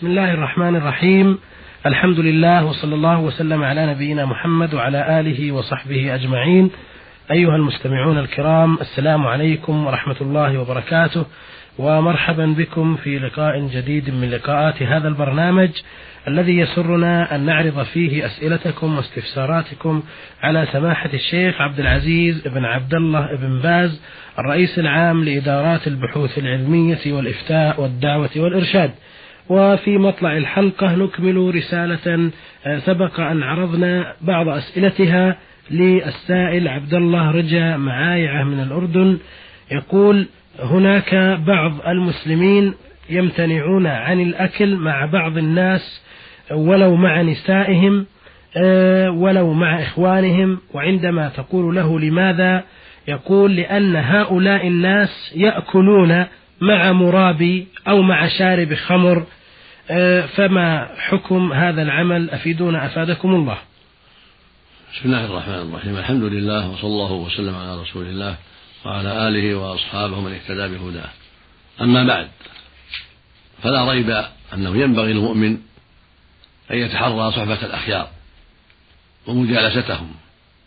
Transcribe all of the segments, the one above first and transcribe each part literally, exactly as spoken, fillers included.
بسم الله الرحمن الرحيم. الحمد لله وصلى الله وسلم على نبينا محمد وعلى آله وصحبه أجمعين. أيها المستمعون الكرام، السلام عليكم ورحمة الله وبركاته، ومرحبا بكم في لقاء جديد من لقاءات هذا البرنامج الذي يسرنا أن نعرض فيه أسئلتكم واستفساراتكم على سماحة الشيخ عبد العزيز بن عبد الله بن باز، الرئيس العام لإدارات البحوث العلمية والإفتاء والدعوة والإرشاد. وفي مطلع الحلقة نكمل رسالة سبق أن عرضنا بعض أسئلتها للسائل عبد الله رجا معايعة من الأردن. يقول: هناك بعض المسلمين يمتنعون عن الأكل مع بعض الناس ولو مع نسائهم ولو مع إخوانهم، وعندما تقول له لماذا، يقول: لأن هؤلاء الناس يأكلون مع مرابي أو مع شارب خمر، فما حكم هذا العمل؟ أفيدونا أفادكم الله. بسم الله الرحمن الرحيم. الحمد لله وصلى الله وسلم على رسول الله وعلى آله وأصحابه من اهتدى بهداه. أما بعد، فلا ريب أنه ينبغي للمؤمن أن يتحرى صحبة الأخيار ومجالستهم.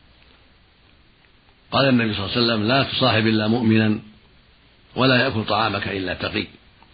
قال النبي صلى الله عليه وسلم: لا تصاحب إلا مؤمنا ولا يأكل طعامك إلا تقي.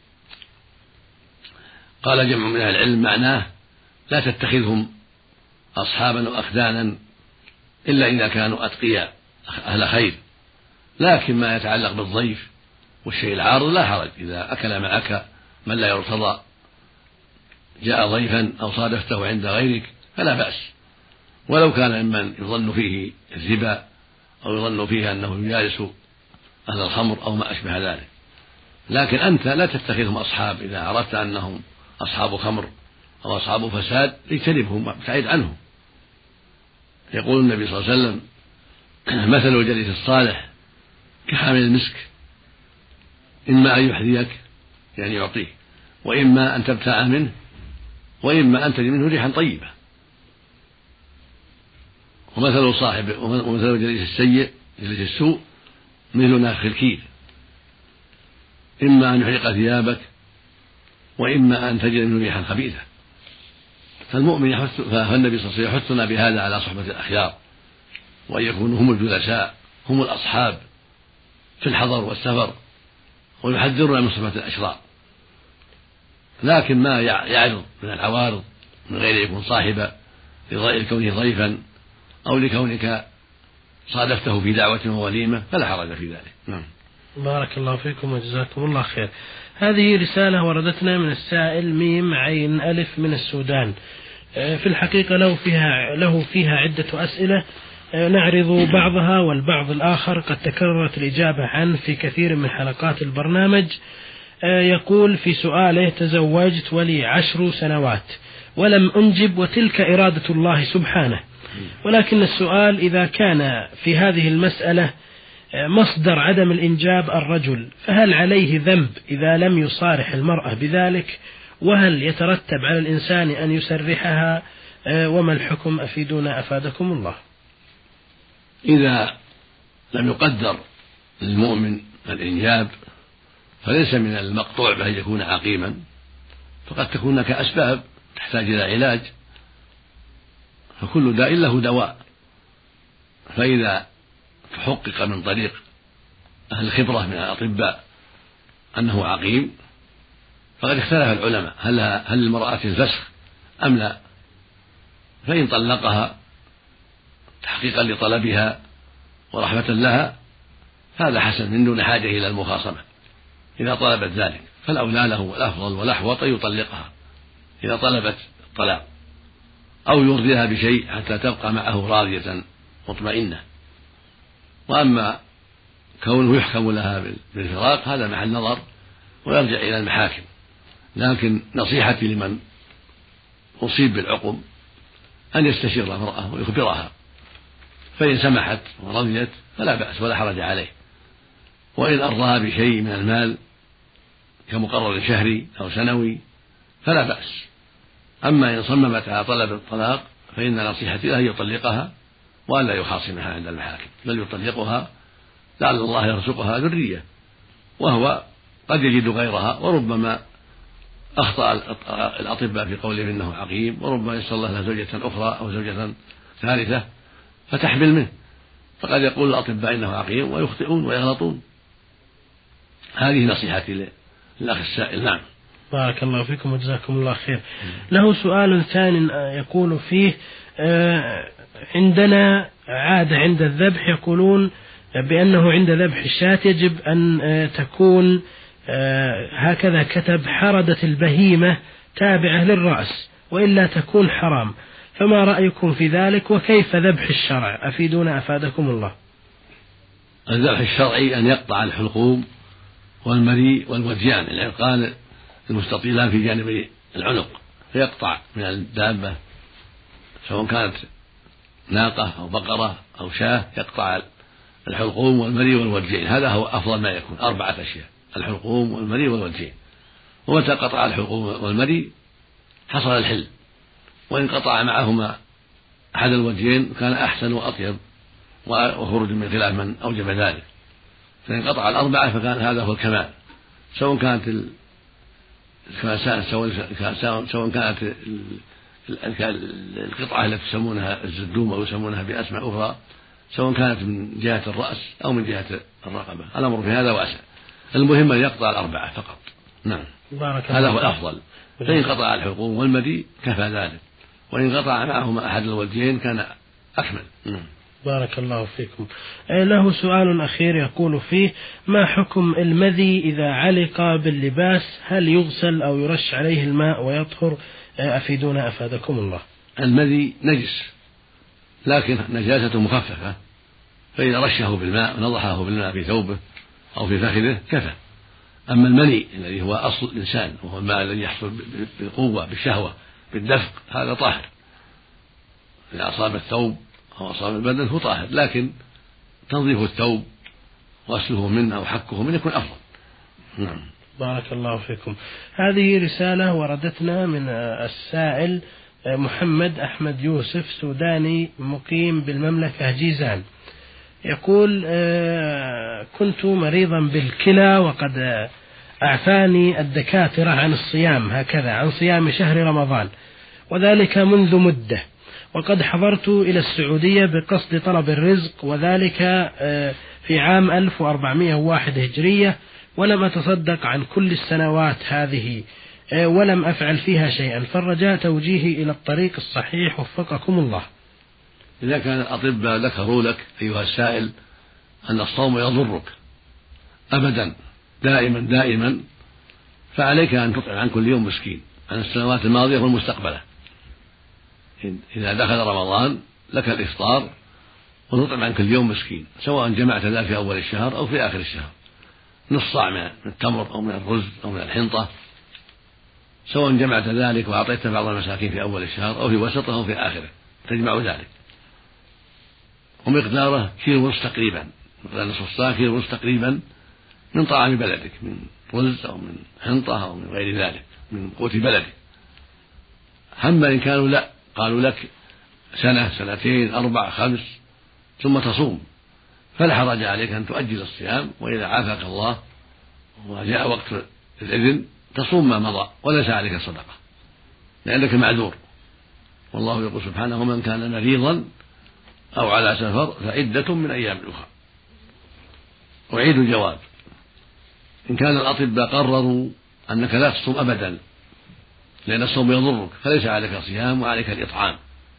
قال جمع من أهل العلم معناه: لا تتخذهم أصحابا وأخدانا إلا إذا كانوا أتقياء أهل خير، لكن ما يتعلق بالضيف والشيء العارض لا حرج. إذا أكل معك من لا يرتضى، جاء ضيفا أو صادفته عند غيرك، فلا بأس، ولو كان ممن يظن فيه الربا أو يظن فيه أنه يجالس أهل الخمر أو ما أشبه ذلك. لكن أنت لا تتخذهم أصحاب. إذا عرفت أنهم أصحاب خمر أو أصحاب فساد اجتنبهم وابتعد عنهم. يقول النبي صلى الله عليه وسلم: مثل الجليس الصالح كحامل المسك، إما أن يحذيك يعني يعطيك، وإما أن تبتاع منه، وإما أن تجد منه ريحا طيبة. ومثل صاحب ومثل الجليس السيء جليس السوء مثل نافخ الكير، إما أن يحرق ثيابك وإما أن تجد منه ريحا خبيثة. فالمؤمن يحث فالنبي صلى الله عليه وسلم يحثنا بهذا على صحبة الأخيار، وأن يكونوا هم الجلساء هم الأصحاب في الحضر والسفر، ويحذرنا من صحبة الأشرار. لكن ما يعرض من العوارض من غير يكون صاحبا لكونه ضيفا أو لكونك صادفته في دعوة ووليمة فلا حرج في ذلك. نعم. بارك الله فيكم وجزاكم الله خير. هذه رسالة وردتنا من السائل ميم عين ألف من السودان. في الحقيقة له فيها, له فيها عدة أسئلة نعرض بعضها والبعض الآخر قد تكررت الإجابة عنه في كثير من حلقات البرنامج. يقول في سؤاله: تزوجت ولي عشر سنوات ولم أنجب وتلك إرادة الله سبحانه، ولكن السؤال: إذا كان في هذه المسألة مصدر عدم الإنجاب الرجل، فهل عليه ذنب إذا لم يصارح المرأة بذلك؟ وهل يترتب على الإنسان أن يسرحها؟ وما الحكم؟ أفيدونا أفادكم الله. إذا لم يقدر للمؤمن الإنجاب فليس من المقطوع بأن يكون عقيما، فقد تكون هناك أسباب تحتاج إلى علاج، فكل داء له دواء. فإذا تحقق من طريق أهل الخبرة من الأطباء أنه عقيم، فقد اختلف العلماء هل هل المرأة الفسخ أم لا. فإن طلقها تحقيقا لطلبها ورحمة لها هذا حسن من دون حاجة إلى المخاصمة. إذا طلبت ذلك فالأولى له والأفضل والأحوط أن يطلقها إذا طلبت الطلاق، أو يرضيها بشيء حتى تبقى معه راضية مطمئنة. وأما كونه يحكم لها بالفراق هذا محل نظر ويرجع إلى المحاكم. لكن نصيحتي لمن أصيب بالعقم أن يستشير المرأة ويخبرها، فإن سمحت ورضيت فلا بأس ولا حرج عليه، وإن أرضاها بشيء من المال كمقرر شهري أو سنوي فلا بأس. أما إن صممت على طلب الطلاق فإن نصيحتي له أن يطلقها وألا يخاصمها عند المحاكم، بل يطلقها لعل الله يرزقها ذرية، وهو قد يجد غيرها وربما أخطأ الأطباء في قوله إنه عقيم، وربما يسأل الله له زوجة أخرى أو زوجة ثالثة فتحمل منه، فقد يقول الأطباء إنه عقيم ويخطئون ويغلطون. هذه نصيحتي للأخ السائل. نعم. بارك الله فيكم وجزاكم الله خير. له سؤال ثاني يقول فيه: عندنا عادة عند الذبح يقولون بأنه عند ذبح الشاة يجب أن تكون هكذا كتب حردة البهيمة تابعة للرأس وإلا تكون حرام، فما رأيكم في ذلك وكيف ذبح الشرع؟ أفيدونا أفادكم الله. الذبح الشرعي أن يقطع الحلقوم والمريء والوديان، العرقان المستطيلان في جانب العنق، فيقطع من الدابة سواء كانت ناقة أو بقرة أو شاة، يقطع الحلقوم والمريء والوديين، هذا هو أفضل ما يكون، أربعة أشياء: الحلقوم والمريء والوديين. ومتى قطع الحلقوم والمريء حصل الحل، وإن قطع معهما أحد الوديين كان أحسن وأطيب وخروج من خلاف من أوجب ذلك. فإن قطع الأربعة فكان هذا هو الكمال، سواء كانت سواء كانت القطعة التي يسمونها الزدوم أو يسمونها بأسماء أخرى، سواء كانت من جهة الرأس أو من جهة الرقبة، الأمر في هذا واسع. المهم أن يقطع الأربعة فقط. نعم، هذا هو الأفضل. فإن قطع الحلقوم والمريء كفى ذلك، وإن قطع معهما أحد الوديين كان أكمل. نعم. بارك الله فيكم. له سؤال أخير يقول فيه: ما حكم المذي إذا علق باللباس؟ هل يغسل أو يرش عليه الماء ويطهر؟ أفيدونا أفادكم الله. المذي نجس، لكن نجاسته مخففة، فإذا رشه بالماء ونضحه بالماء في ثوبه أو في فخذه كفى. أما المني الذي هو أصل الإنسان وهو الماء الذي يحصل بالقوة بالشهوة بالدفق، هذا طاهر، إذا أصاب الثوب أو أصاب البدن هو طاهر، لكن تنظيف الثوب وغسله منه أو حكه منه يكون أفضل. نعم. بارك الله فيكم. هذه رسالة وردتنا من السائل محمد أحمد يوسف، سوداني مقيم بالمملكة جيزان. يقول: كنت مريضا بالكلى وقد أعفاني الدكاترة عن الصيام، هكذا عن صيام شهر رمضان، وذلك منذ مدة، وقد حضرت إلى السعودية بقصد طلب الرزق، وذلك في عام ألف وأربعمائة وواحد هجرية، ولم أتصدق عن كل السنوات هذه ولم أفعل فيها شيئا، فالرجاء توجيهي إلى الطريق الصحيح وفقكم الله. إذا كان الأطباء ذكروا لك أيها السائل أن الصوم يضرك أبدا دائما دائما، فعليك أن تطعم عن كل يوم مسكين عن السنوات الماضية والمستقبلة. إذا دخل رمضان لك الإفطار ونطعم عن كل يوم مسكين، سواء جمعت ذلك في أول الشهر أو في آخر الشهر، نص صاع من التمر أو من الرز أو من الحنطة، سواء جمعت ذلك وأعطيت بعض المساكين في أول الشهر أو في وسطه أو في آخره، تجمع ذلك. ومقداره كيلو ونصف تقريبا، مقدار نصف صاع كيلو ونصف تقريبا من طعام بلدك، من رز أو من حنطة أو من غير ذلك من قوت بلدك. أما إن كانوا لا قالوا لك سنة سنتين أربع خمس ثم تصوم، فلا حرج عليك أن تؤجل الصيام، وإذا عافاك الله وجاء وقت الإذن تصوم ما مضى وليس عليك صدقة لأنك معذور. والله يقول سبحانه: ومن كان مريضا أو على سفر فعدة من أيام أخرى. أعيد الجواب: إن كان الأطباء قرروا أنك لا تصوم أبدا لأن الصوم يضرك فليس عليك صيام وعليك الإطعام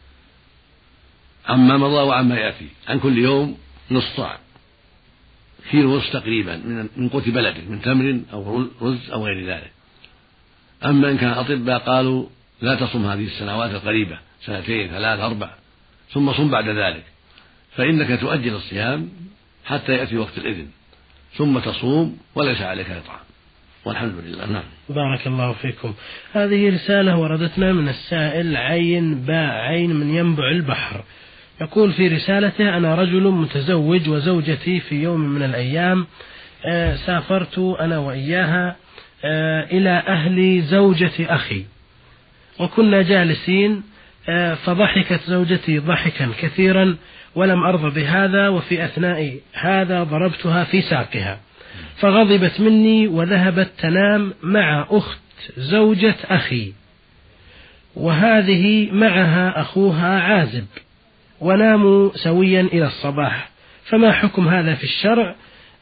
عما مضى وعما يأتي، عن كل يوم نصف صاع كيلو ونصف تقريبا من قوت بلدك من تمر أو رز أو غير ذلك. أما إن كان الأطباء قالوا لا تصوم هذه السنوات القريبة سنتين ثلاث أربع ثم صم بعد ذلك، فإنك تؤجل الصيام حتى يأتي وقت الإذن ثم تصوم وليس عليك إطعام، والحمد لله. نعم. بارك الله فيكم. هذه رسالة وردتنا من السائل عين باء عين من ينبع البحر. يقول في رسالته: أنا رجل متزوج وزوجتي في يوم من الأيام آه سافرت أنا وإياها آه إلى أهل زوجة أخي، وكنا جالسين آه فضحكت زوجتي ضحكا كثيرا ولم أرضى بهذا، وفي أثناء هذا ضربتها في ساقها، فغضبت مني وذهبت تنام مع أخت زوجة أخي، وهذه معها أخوها عازب، وناموا سويا إلى الصباح، فما حكم هذا في الشرع؟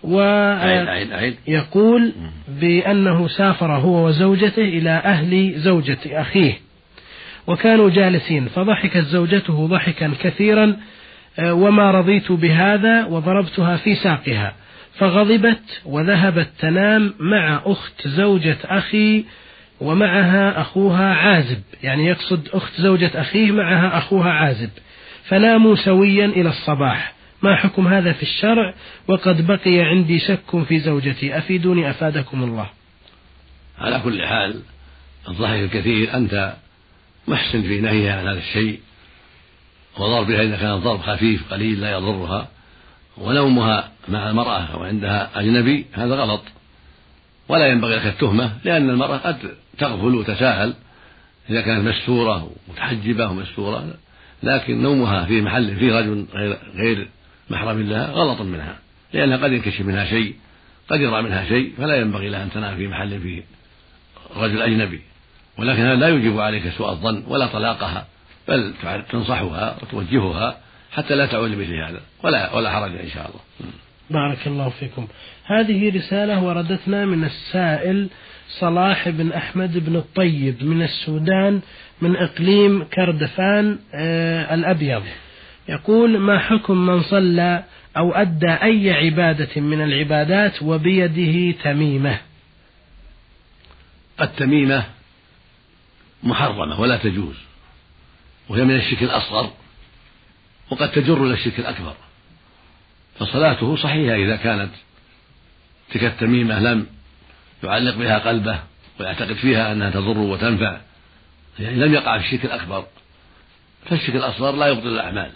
ويقول بأنه سافر هو وزوجته إلى أهل زوجة أخيه وكانوا جالسين، فضحكت زوجته ضحكا كثيرا وما رضيت بهذا وضربتها في ساقها، فغضبت وذهبت تنام مع أخت زوجة أخي ومعها أخوها عازب، يعني يقصد أخت زوجة أخيه معها أخوها عازب، فناموا سويا إلى الصباح، ما حكم هذا في الشرع؟ وقد بقي عندي شك في زوجتي، أفيدوني أفادكم الله. على كل حال الضحك الكثير أنت محسن في نهيها عن هذا الشيء، وضربها إذا كان الضرب خفيف قليل لا يضرها، ونومها مع المرأة أو عندها أجنبي هذا غلط، ولا ينبغي لك التهمة، لأن المرأة قد تغفل وتساهل إذا كانت مستورة ومتحجبة ومستورة، لكن نومها في محل فيه رجل غير محرم لها غلط منها، لأنها قد ينكشف منها شيء، قد يرى منها شيء، فلا ينبغي لها أن تنام في محل فيه رجل أجنبي. ولكن هذا لا يجب عليك سوء الظن ولا طلاقها، بل تنصحها وتوجهها حتى لا تعود مثل هذا، ولا ولا حرج إن شاء الله. بارك الله فيكم. هذه رسالة وردتنا من السائل صلاح بن أحمد بن الطيب من السودان، من إقليم كردفان آه الأبيض، يقول: ما حكم من صلى أو أدى أي عبادة من العبادات وبيده تميمة؟ التميمة محرمة ولا تجوز، وهي من الشرك الأصغر، وقد تجر إلى الشرك الأكبر، فصلاته صحيحة إذا كانت تلك التميمة لم يعلق بها قلبه ويعتقد فيها أنها تضر وتنفع، يعني لم يقع في الشرك الأكبر، فالشرك الأصغر لا يبطل الأعمال،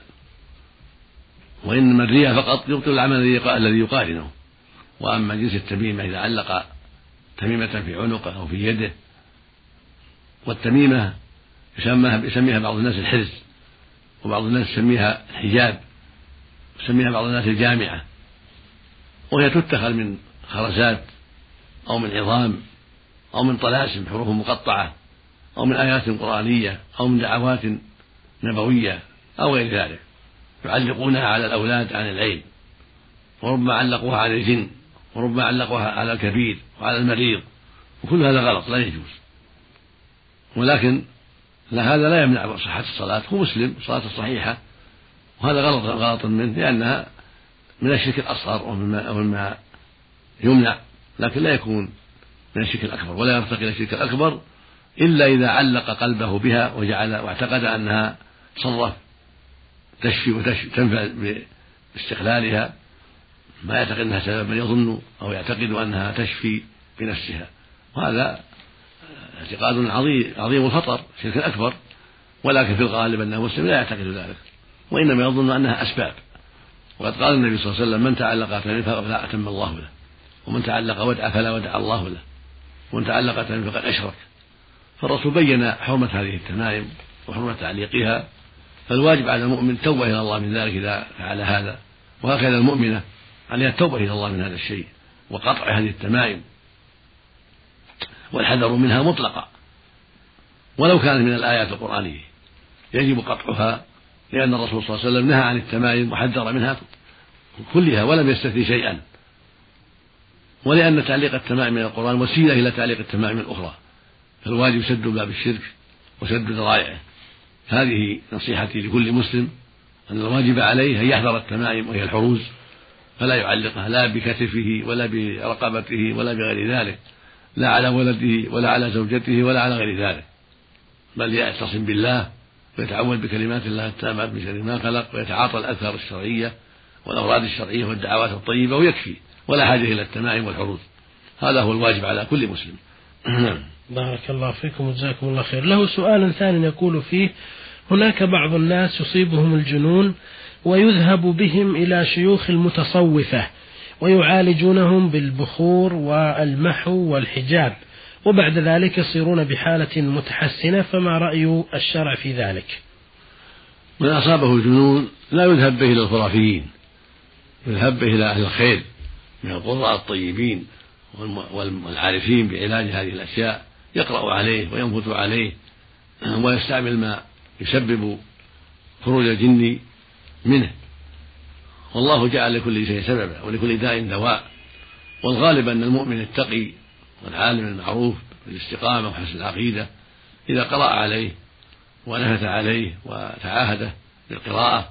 وإنما الرياء فقط يبطل العمل الذي يقارنه. وأما جنس التميمة إذا علق تميمة في عنقه أو في يده، والتميمة يسميها بعض الناس الحرز، وبعض الناس يسميها الحجاب، يسميها بعض الناس الجامعة، وهي تتخذ من خرزات أو من عظام أو من طلاسم حروف مقطعة أو من آيات قرآنية أو من دعوات نبوية أو غير ذلك، يعلقونها على الأولاد عن العين، وربما علقوها على الجن، وربما علقوها على الكبير وعلى المريض، وكل هذا غلط لا يجوز. ولكن لا هذا لا يمنع صحة الصلاة، هو مسلم صلاة الصحيحة، وهذا غلط غلط منه، لأنها من الشرك الأصغر ومما يمنع، لكن لا يكون من الشرك الأكبر، ولا يرتقي إلى الشرك الأكبر إلا إذا علق قلبه بها وجعل واعتقد أنها تصرف تشفي وتنفع باستقلالها، ما يعتقد أنها سبب من يظن أو يعتقد أنها تشفي بنفسها، وهذا اعتقاد عظيم عظيم الخطر، شرك أكبر. ولكن في الغالب أن المسلم لا يعتقد ذلك، وإنما يظن أنها أسباب. وقد قال النبي صلى الله عليه وسلم: من تعلق تميمة فلا أتم الله له، ومن تعلق ودعة فلا ودع الله له، ومن تعلق تميمة فقد أشرك. فالرسول بين حرمة هذه التمائم وحرمة تعليقها، فالواجب على المؤمن توبة إلى الله من ذلك إذا فعل هذا، وهكذا المؤمنة عليها التوبة إلى الله من هذا الشيء وقطع هذه التمائم والحذر منها مطلقا، ولو كانت من الآيات القرآنية يجب قطعها، لأن الرسول صلى الله عليه وسلم نهى عن التمائم وحذر منها كلها ولم يستثني شيئا، ولأن تعليق التمائم من القرآن وسيلة إلى تعليق التمائم الأخرى، فالواجب سد باب الشرك وسد ذرائعه. هذه نصيحتي لكل مسلم، أن الواجب عليه أن يحذر التمائم وهي الحروز، فلا يعلقها لا بكتفه ولا برقبته ولا بغير ذلك، لا على ولده ولا على زوجته ولا على غير ذلك، بل يعتصم بالله ويتعوذ بكلمات الله التامات من شر ما خلق، ويتعاطى الآثار الشرعية والأوراد الشرعية والدعوات الطيبة ويكفي، ولا حاجة إلى التمائم والحروز. هذا هو الواجب على كل مسلم. بارك الله فيكم وجزاكم الله خير. له سؤال ثاني يقول فيه: هناك بعض الناس يصيبهم الجنون ويذهب بهم إلى شيوخ المتصوفة ويعالجونهم بالبخور والمحو والحجاب، وبعد ذلك يصيرون بحالة متحسنة، فما رأي الشرع في ذلك؟ من أصابه الجنون لا يذهب به إلى الخرافيين، يذهب به إلى أهل الخير من القراء الطيبين والعارفين بعلاج هذه الأشياء يقرأ عليه وينفث عليه ويستعمل ما يسبب خروج الجن منه. والله جعل لكل شيء سببا ولكل داء دواء، والغالب أن المؤمن التقي والعالم المعروف بالاستقامة وحسن العقيدة إذا قرأ عليه ونفث عليه وتعاهده بالقراءة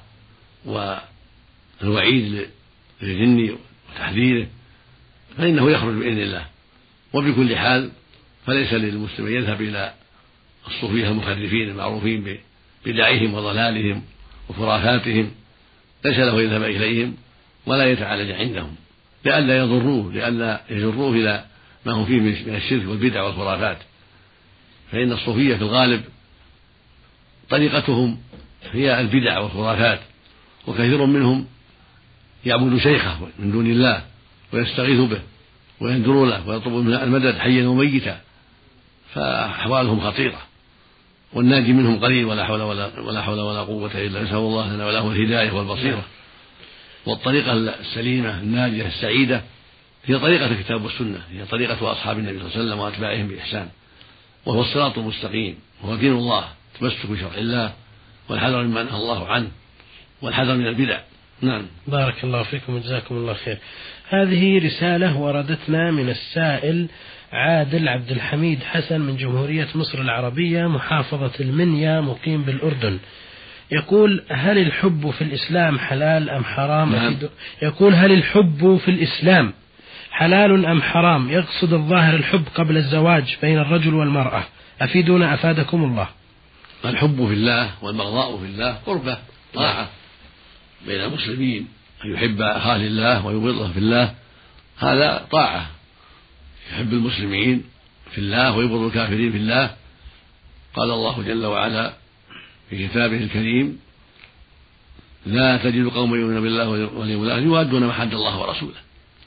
والوعيد للجن وتحذيره فإنه يخرج بإذن الله. وبكل حال فليس للمسلم يذهب إلى الصوفية المخرفين المعروفين بدعهم وضلالهم وخرافاتهم، ليس له يذهب إليهم ولا يتعالج عندهم لئلا يضروه لئلا يجروه إلى ما هم فيه من الشرك والبدع والخرافات. فإن الصوفية في الغالب طريقتهم هي البدع والخرافات، وكثير منهم يعبد شيخه من دون الله ويستغيث به ويندر له ويطلب منه المدد حيا وميتا، فأحوالهم خطيرة والناجي منهم قليل ولا حول ولا, ولا حول ولا قوة إلا نسأل الله لنا وله الهداية والبصيرة. والطريقة السليمة الناجية السعيدة هي طريقة الكتاب والسنة، هي طريقة أصحاب النبي صلى الله عليه وسلم وأتباعهم بإحسان، وهو الصراط المستقيم، وهو دين الله، تمسك بشرع الله والحذر مما نهى الله عنه والحذر من البدع. نعم. بارك الله فيكم وجزاكم الله خير. هذه رسالة وردتنا من السائل عادل عبد الحميد حسن من جمهورية مصر العربية محافظة المنيا مقيم بالأردن. يقول: هل الحب في الإسلام حلال أم حرام؟ نعم. يقول: هل الحب في الإسلام حلال أم حرام؟ يقصد الظاهر الحب قبل الزواج بين الرجل والمرأة، أفيدونا أفادكم الله. الحب في الله والبغضاء في الله قربة طاعة بين المسلمين، أن يحب أخاه لله ويبغضه في الله، هذا طاعة. يحب المسلمين في الله ويبغض الكافرين في الله. قال الله جل وعلا في كتابه الكريم: لا تجد قوما يؤمنون بالله واليوم الآخر يوادون ما حد الله ورسوله.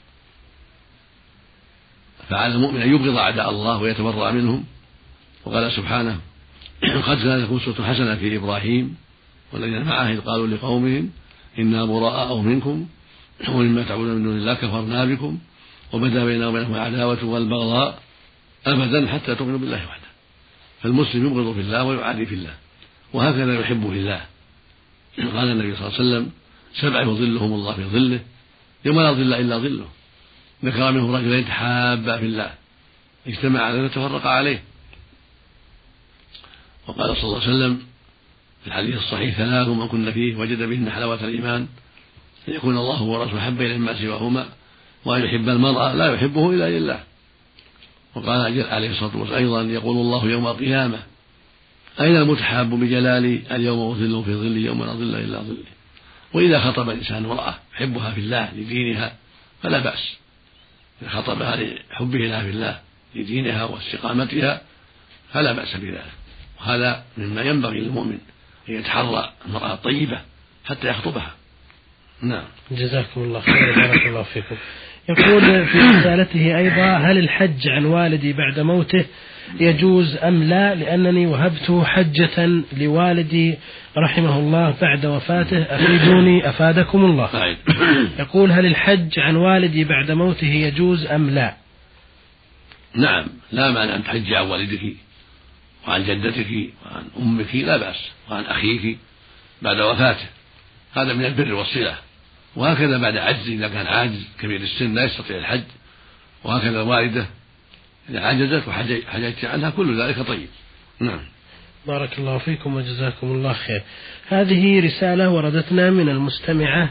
فعلى المؤمن أن يبغض أعداء الله ويتبرأ منهم. وقال سبحانه: قد كانت لكم أسوة حسنة في إبراهيم والذين معه إذ قالوا لقومهم إنا براء منكم ومما تعبدون من دون الله كفرنا بكم وبدا بيننا وبينهم العداوة والبغضاء أبدا حتى تؤمنوا بالله وحده. فالمسلم يبغض في الله ويعادي في الله، وهكذا يحب في الله. قال النبي صلى الله عليه وسلم: سبع يظلهم الله في ظله يوم لا ظل إلا ظله. ذكر منهم رجلين تحابا في الله اجتمع عليه وتفرق عليه. وقال صلى الله عليه وسلم في الحديث الصحيح: ثلاث من كن فيه وجد بهن حلاوة الإيمان، أن يكون الله ورسوله أحب إليه مما سواهما، وأن يحب المرء لا يحبه إلا لله. وقال عليه الصلاة والسلام أيضا: يقول الله يوم القيامة: أين المتحاب بجلالي؟ اليوم أظل في ظلي يوم لا ظل إلا ظلي. وإذا خطب الإنسان امرأة يحبها في الله لدينها فلا بأس، إذا خطبها لحبه لها في الله لدينها واستقامتها فلا بأس بذلك. وهذا مما ينبغي للمؤمن أن يتحرى المرأة الطيبة حتى يخطبها. نعم. جزاكم الله خير بارك الله فيكم. يقول في رسالته أيضا: هل الحج عن والدي بعد موته يجوز أم لا؟ لأنني وهبت حجة لوالدي رحمه الله بعد وفاته، أفيدوني أفادكم الله. يقول: هل الحج عن والدي بعد موته يجوز أم لا؟ نعم، لا مانع أن تحج عن والدك وعن جدتك وعن أمك لا بأس، وعن أخيك بعد وفاته، هذا من البر والصلة. وهكذا بعد عجز، إذا كان عاجز كبير السن لا يستطيع الحج، وهكذا والده إذا عجزت وحججت عنها، كل ذلك طيب. نعم. بارك الله فيكم وجزاكم الله خير. هذه رسالة وردتنا من المستمعة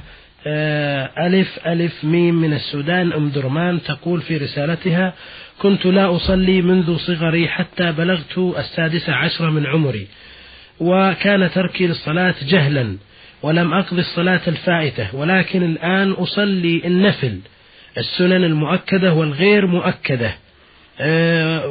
ألف ألف ميم من السودان أم درمان، تقول في رسالتها: كنت لا أصلي منذ صغري حتى بلغت السادسة عشرة من عمري، وكان تركي للصلاة جهلا ولم أقضي الصلاة الفائتة، ولكن الآن أصلي النفل السنن المؤكدة والغير مؤكدة، أه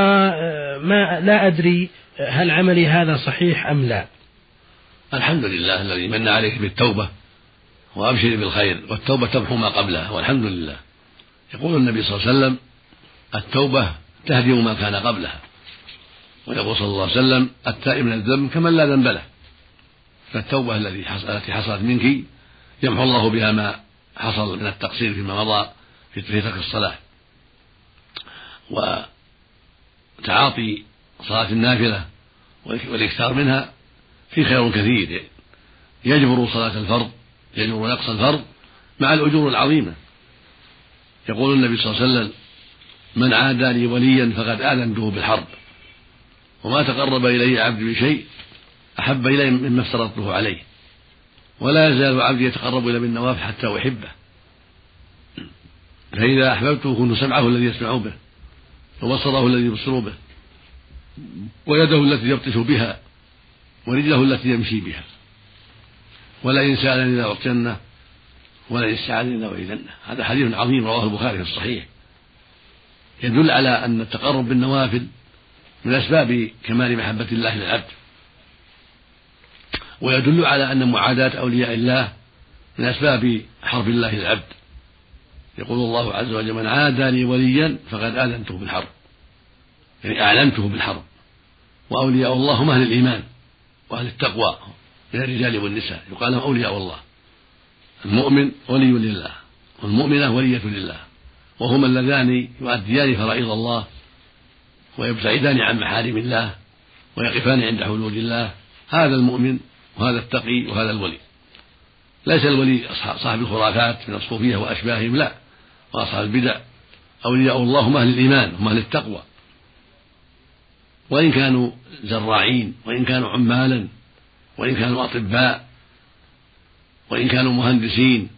وما لا أدري هل عملي هذا صحيح أم لا. الحمد لله الذي من عليك بالتوبة، وأبشر بالخير، والتوبة تمحو ما قبلها، والحمد لله. يقول النبي صلى الله عليه وسلم: التوبة تهدم ما كان قبلها. ويقول صلى الله عليه وسلم: التائب من الذنب كمن لا ذنب له. فالتوبة التي حصلت منك يمحو الله بها ما حصل من التقصير فيما مضى في ترك الصلاة. تعاطي صلاة النافلة والإكثار منها في خير كثير يجبر صلاة الفرض، يجبر نقص الفرض مع الأجور العظيمة. يقول النبي صلى الله عليه وسلم: من عادى لي وليا فقد آذنته بالحرب، وما تقرب إلي عبد بشيء أحب إلي مما افترضته عليه، ولا يزال عبدي يتقرب إلي بالنوافل حتى أحبه، فإذا أحببته كنت سمعه الذي يسمع به، وبصره الذي يبصر به، ويده التي يبطش بها، ورجله التي يمشي بها، ولئن سألني لأعطينه، ولئن استعاذني لأعيذنه. هذا حديث عظيم رواه البخاري في الصحيح، يدل على أن التقرب بالنوافل من أسباب كمال محبة الله للعبد، ويدل على أن معاداة أولياء الله من أسباب حرب الله للعبد. يقول الله عز وجل: من عادى لي وليا فقد آذنته بالحرب، يعني أعلنته بالحرب. وأولياء الله هم أهل الإيمان وأهل التقوى من الرجال والنساء، يقال لهم أولياء الله. المؤمن ولي لله، والمؤمنة ولية لله، وهما اللذان يؤديان فرائض الله ويبتعدان عن محارم الله ويقفان عند حدود الله. هذا المؤمن وهذا التقي وهذا الولي. ليس الولي صاحب الخرافات من الصوفية وأشباههم، لا، وأصحاب البدع. أولياء الله هم أهل الإيمان، هم أهل التقوى، وإن كانوا زراعين، وإن كانوا عمالا، وإن كانوا أطباء، وإن كانوا مهندسين،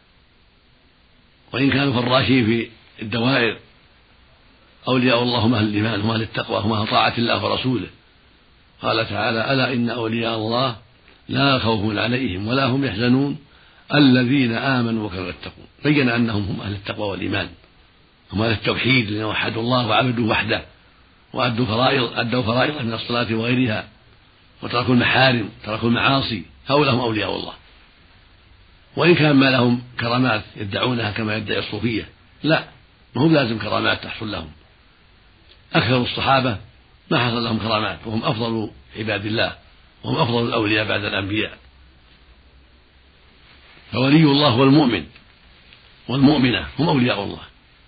وإن كانوا فراشين في الدوائر، أولياء الله هم أهل الإيمان، هم أهل التقوى، هم أهل طاعة الله ورسوله. قال تعالى: ألا إن أولياء الله لا خوف عليهم ولا هم يحزنون الذين آمنوا وكانوا يتقون. بين أنهم هم أهل التقوى والإيمان، هم أهل التوحيد الذين وحدوا الله وعبدوا وحده، وأدوا فرائض أدوا فرائض من الصلاة وغيرها، وتركوا المحارم، تركوا المعاصي. هؤلاء هم أولياء الله. وإن كان ما لهم كرامات يدعونها كما يدعي الصوفية، لا، ما هم لازم كرامات تحصل لهم. أكثر الصحابة ما حصل لهم كرامات، وهم أفضل عباد الله، وهم أفضل الأولياء بعد الأنبياء. فولي الله هو المؤمن، والمؤمنة هم أولياء الله.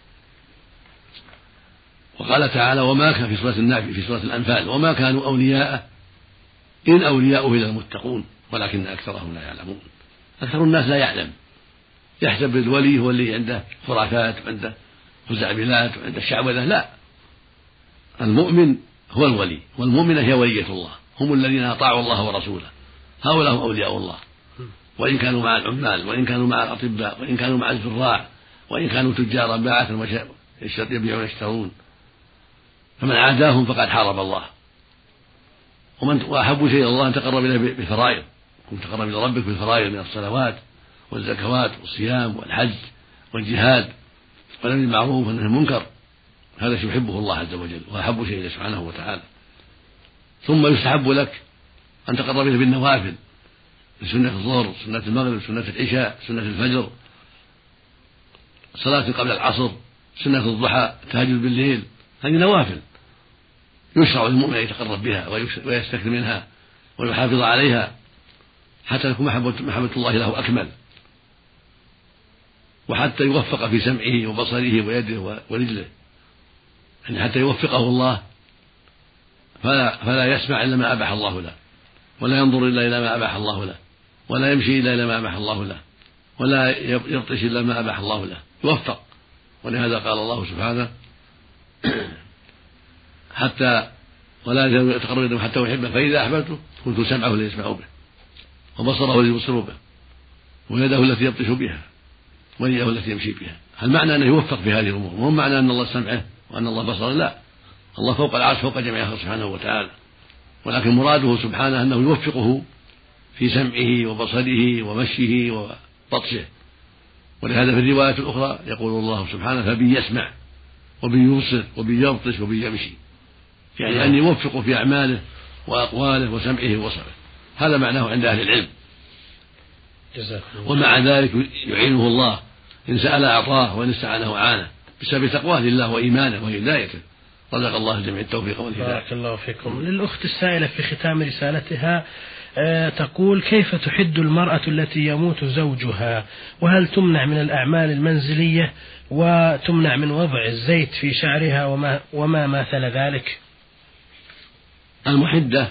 وقال تعالى: وما كان في سورة النافل في سورة الأنفال: وما كانوا أولياء إن أولياؤه إلا المتقون ولكن أكثرهم لا يعلمون. أكثر الناس لا يعلم، يحسب الولي هو اللي عنده خرافات وعنده خزعبلات وعنده شعوذة. لا، المؤمن هو الولي، والمؤمنة هي ولية الله، هم الذين أطاعوا الله ورسوله. هؤلاء هم أولياء الله، وإن كانوا مع العمال، وإن كانوا مع الأطباء، وإن كانوا مع الزراع، وإن كانوا تجارا باعة يبيعون ويشترون. فمن عاداهم فقد حارب الله. ومن وأحب شيء الله أن تقرب إليه بالفرائض، كن تقرب إلى ربك بالفرائض من الصلوات والزكوات والصيام والحج والجهاد والأمر بالمعروف والنهي عن المنكر. هذا شيء يحبه الله عز وجل وأحب شيء سبحانه وتعالى. ثم يستحب لك أن تقرب إليه بالنوافل، سنة الظهر، سنة المغرب، سنة العشاء، سنة الفجر، صلاة قبل العصر، سنة الضحى، التهجد بالليل. هذه نوافل يشرع للمؤمن أن يتقرب بها ويستكثر منها ويحافظ عليها حتى تكون محبة الله له أكمل، وحتى يوفق في سمعه وبصره ويده ورجله، يعني حتى يوفقه الله فلا, فلا يسمع إلا ما أباح الله له، ولا ينظر إلا إلى ما أباح الله له، ولا يمشي إلا إلى ما أباح الله له، ولا يبطش إلا ما أباح الله له، يوفق. ولهذا قال الله سبحانه: حتى ولا يتقرب إليه حتى يحبه فإذا أحببته كنت سمعه الذي يسمع به، وبصره الذي يبصر به، ويده التي يبطش بها، ورجله التي يمشي بها. هل معنى أنه يوفق في هذه الأمور؟ وهم معنى أن الله سمعه وأن الله بصره، لا، الله فوق العرش فوق جميع خلقه سبحانه وتعالى، ولكن مراده سبحانه أنه يوفقه في سمعه وبصره ومشيه وبطشه. ولهذا في الرواية الأخرى يقول الله سبحانه: فبي يسمع وبي يبصر وبي يبطش وبي يمشي، يعني أن يوفق في أعماله وأقواله وسمعه وبصره. هذا معناه عند أهل العلم. ومع ذلك يعينه الله، إن سأل أعطاه وإن استعانه أعانه، بسبب تقواه لله وإيمانه وهدايته. رزق الله الجميع التوفيق والهداية. بارك الله فيكم. للأخت السائلة في ختام رسالتها أه تقول: كيف تحد المرأة التي يموت زوجها؟ وهل تمنع من الأعمال المنزلية وتمنع من وضع الزيت في شعرها وما, وما مثل ذلك؟ المحدة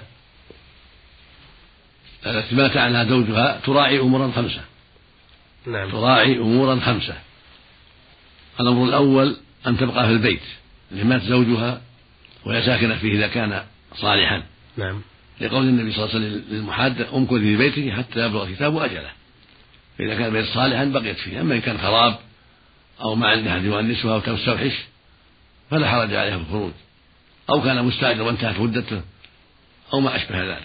التي مات عنها زوجها تراعي أمورا خمسة. نعم. تراعي أمورا خمسة. الأمر الأول أن تبقى في البيت اللي مات زوجها وهي ساكنة فيه إذا كان صالحا. نعم. لقول النبي صلى الله عليه وسلم للمحادة امكث في بيته حتى يبلغ كتابه أجله. فإذا كان البيت صالحا بقيت فيه. أما إن كان خراب أو ما عندها أحد يؤنسها أو تستوحش فلا حرج عليها في الخروج، أو كان مستأجر وانتهت مدته أو ما أشبه ذلك.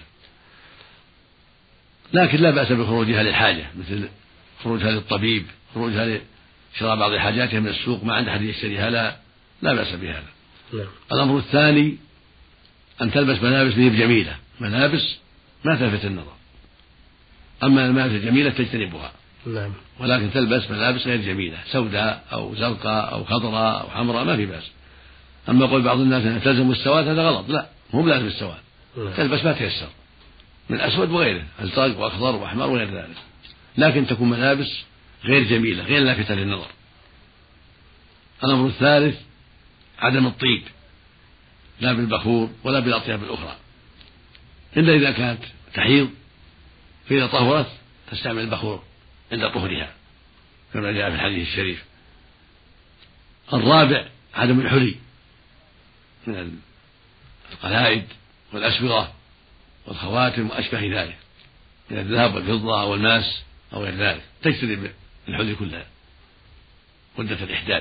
لكن لا بأس بخروجها للحاجة، مثل خروجها للطبيب، خروجها لشراء بعض حاجاتها من السوق ما عند أحد يشتريها، لا لا بأس بهذا. نعم. الأمر الثاني أن تلبس ملابس به جميلة، ملابس ما تلفت النظر. أما الملابس الجميلة تجتنبها. نعم. ولكن تلبس ملابس غير جميلة، سوداء أو زرقاء أو خضراء أو حمراء ما في بأس. أما قول بعض الناس أنها تلزم السواد هذا غلط، لا، مو بلازم السواد. نعم. تلبس ما تيسر من أسود وغيره، أزرق وأخضر وأحمر وغير ذلك، لكن تكون ملابس غير جميلة غير لافتة للنظر. الأمر الثالث عدم الطيب، لا بالبخور ولا بالأطياب الأخرى، إلا إذا كانت تحيض، فإذا طهرت تستعمل البخور عند طهرها كما جاء في الحديث الشريف. الرابع عدم الحلي من القلائد والأسبغة والخواتم وأشبه ذلك من الذهب والفضة أو الماس أو غير ذلك، تجتنب الحلي كلها مدة الإحداد.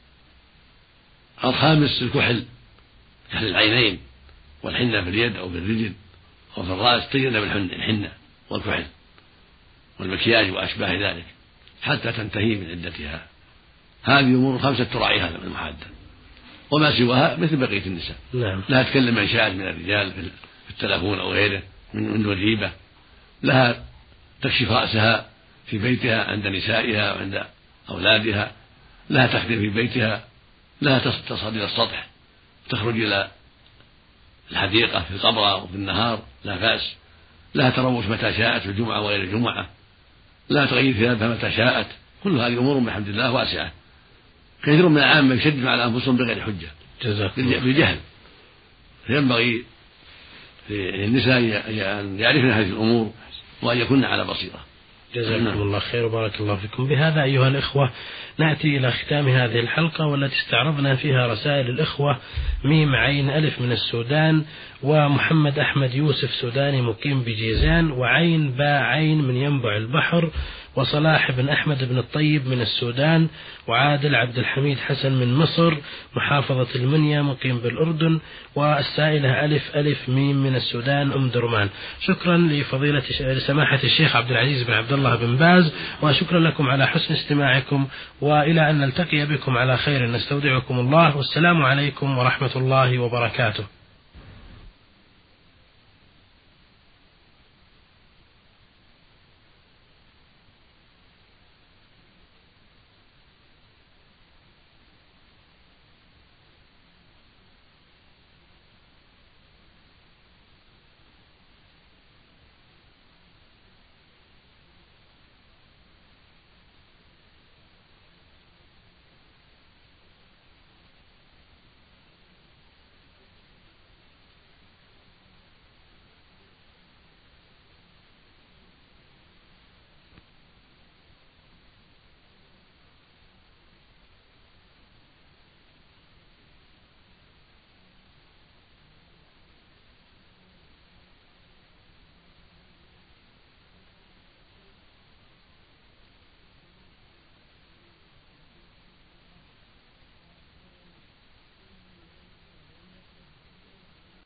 الخامس الكحل، كحل العينين والحنة في اليد أو في الرجل أو في الرأس، تجنب الحنة والكحل والمكياج وأشباه ذلك حتى تنتهي من عدتها. هذه أمور خمسة تراعيها المحادة، وما سواها مثل بقية النساء. نعم. لها تكلم من شاءت من الرجال في التلفون أو غيره من وجيبة، لها تكشف رأسها في بيتها عند نسائها وعند أولادها، لها تخدم في بيتها، لها تصعد إلى السطح، تخرج إلى الحديقة في القبرة وفي النهار لا بأس، لها تروش متى شاءت في الجمعة وغير الجمعة، لها تغيير ثيابها متى شاءت. كل هذه أمور بحمد الله واسعة. كثير من العامة يشدد على أنفسهم بغير حجة بالجهل، فينبغي للنساء أن يعرفن هذه الأمور وأن يكن على بصيرة. جزاكم نعم. الله خير وبارك الله فيكم. بهذا أيها الإخوة نأتي إلى ختام هذه الحلقة، والتي استعرضنا فيها رسائل الإخوة ميم عين ألف من السودان، ومحمد أحمد يوسف سوداني مقيم بجيزان، وعين باء عين من ينبع البحر، وصلاح بن أحمد بن الطيب من السودان، وعادل عبد الحميد حسن من مصر محافظة المنيا مقيم بالأردن، والسائلة ألف ألف ميم من السودان أم درمان. شكرا لفضيلة لسماحة الشيخ عبد العزيز بن عبد الله بن باز، وشكرا لكم على حسن استماعكم، وإلى أن نلتقي بكم على خير نستودعكم الله، والسلام عليكم ورحمة الله وبركاته.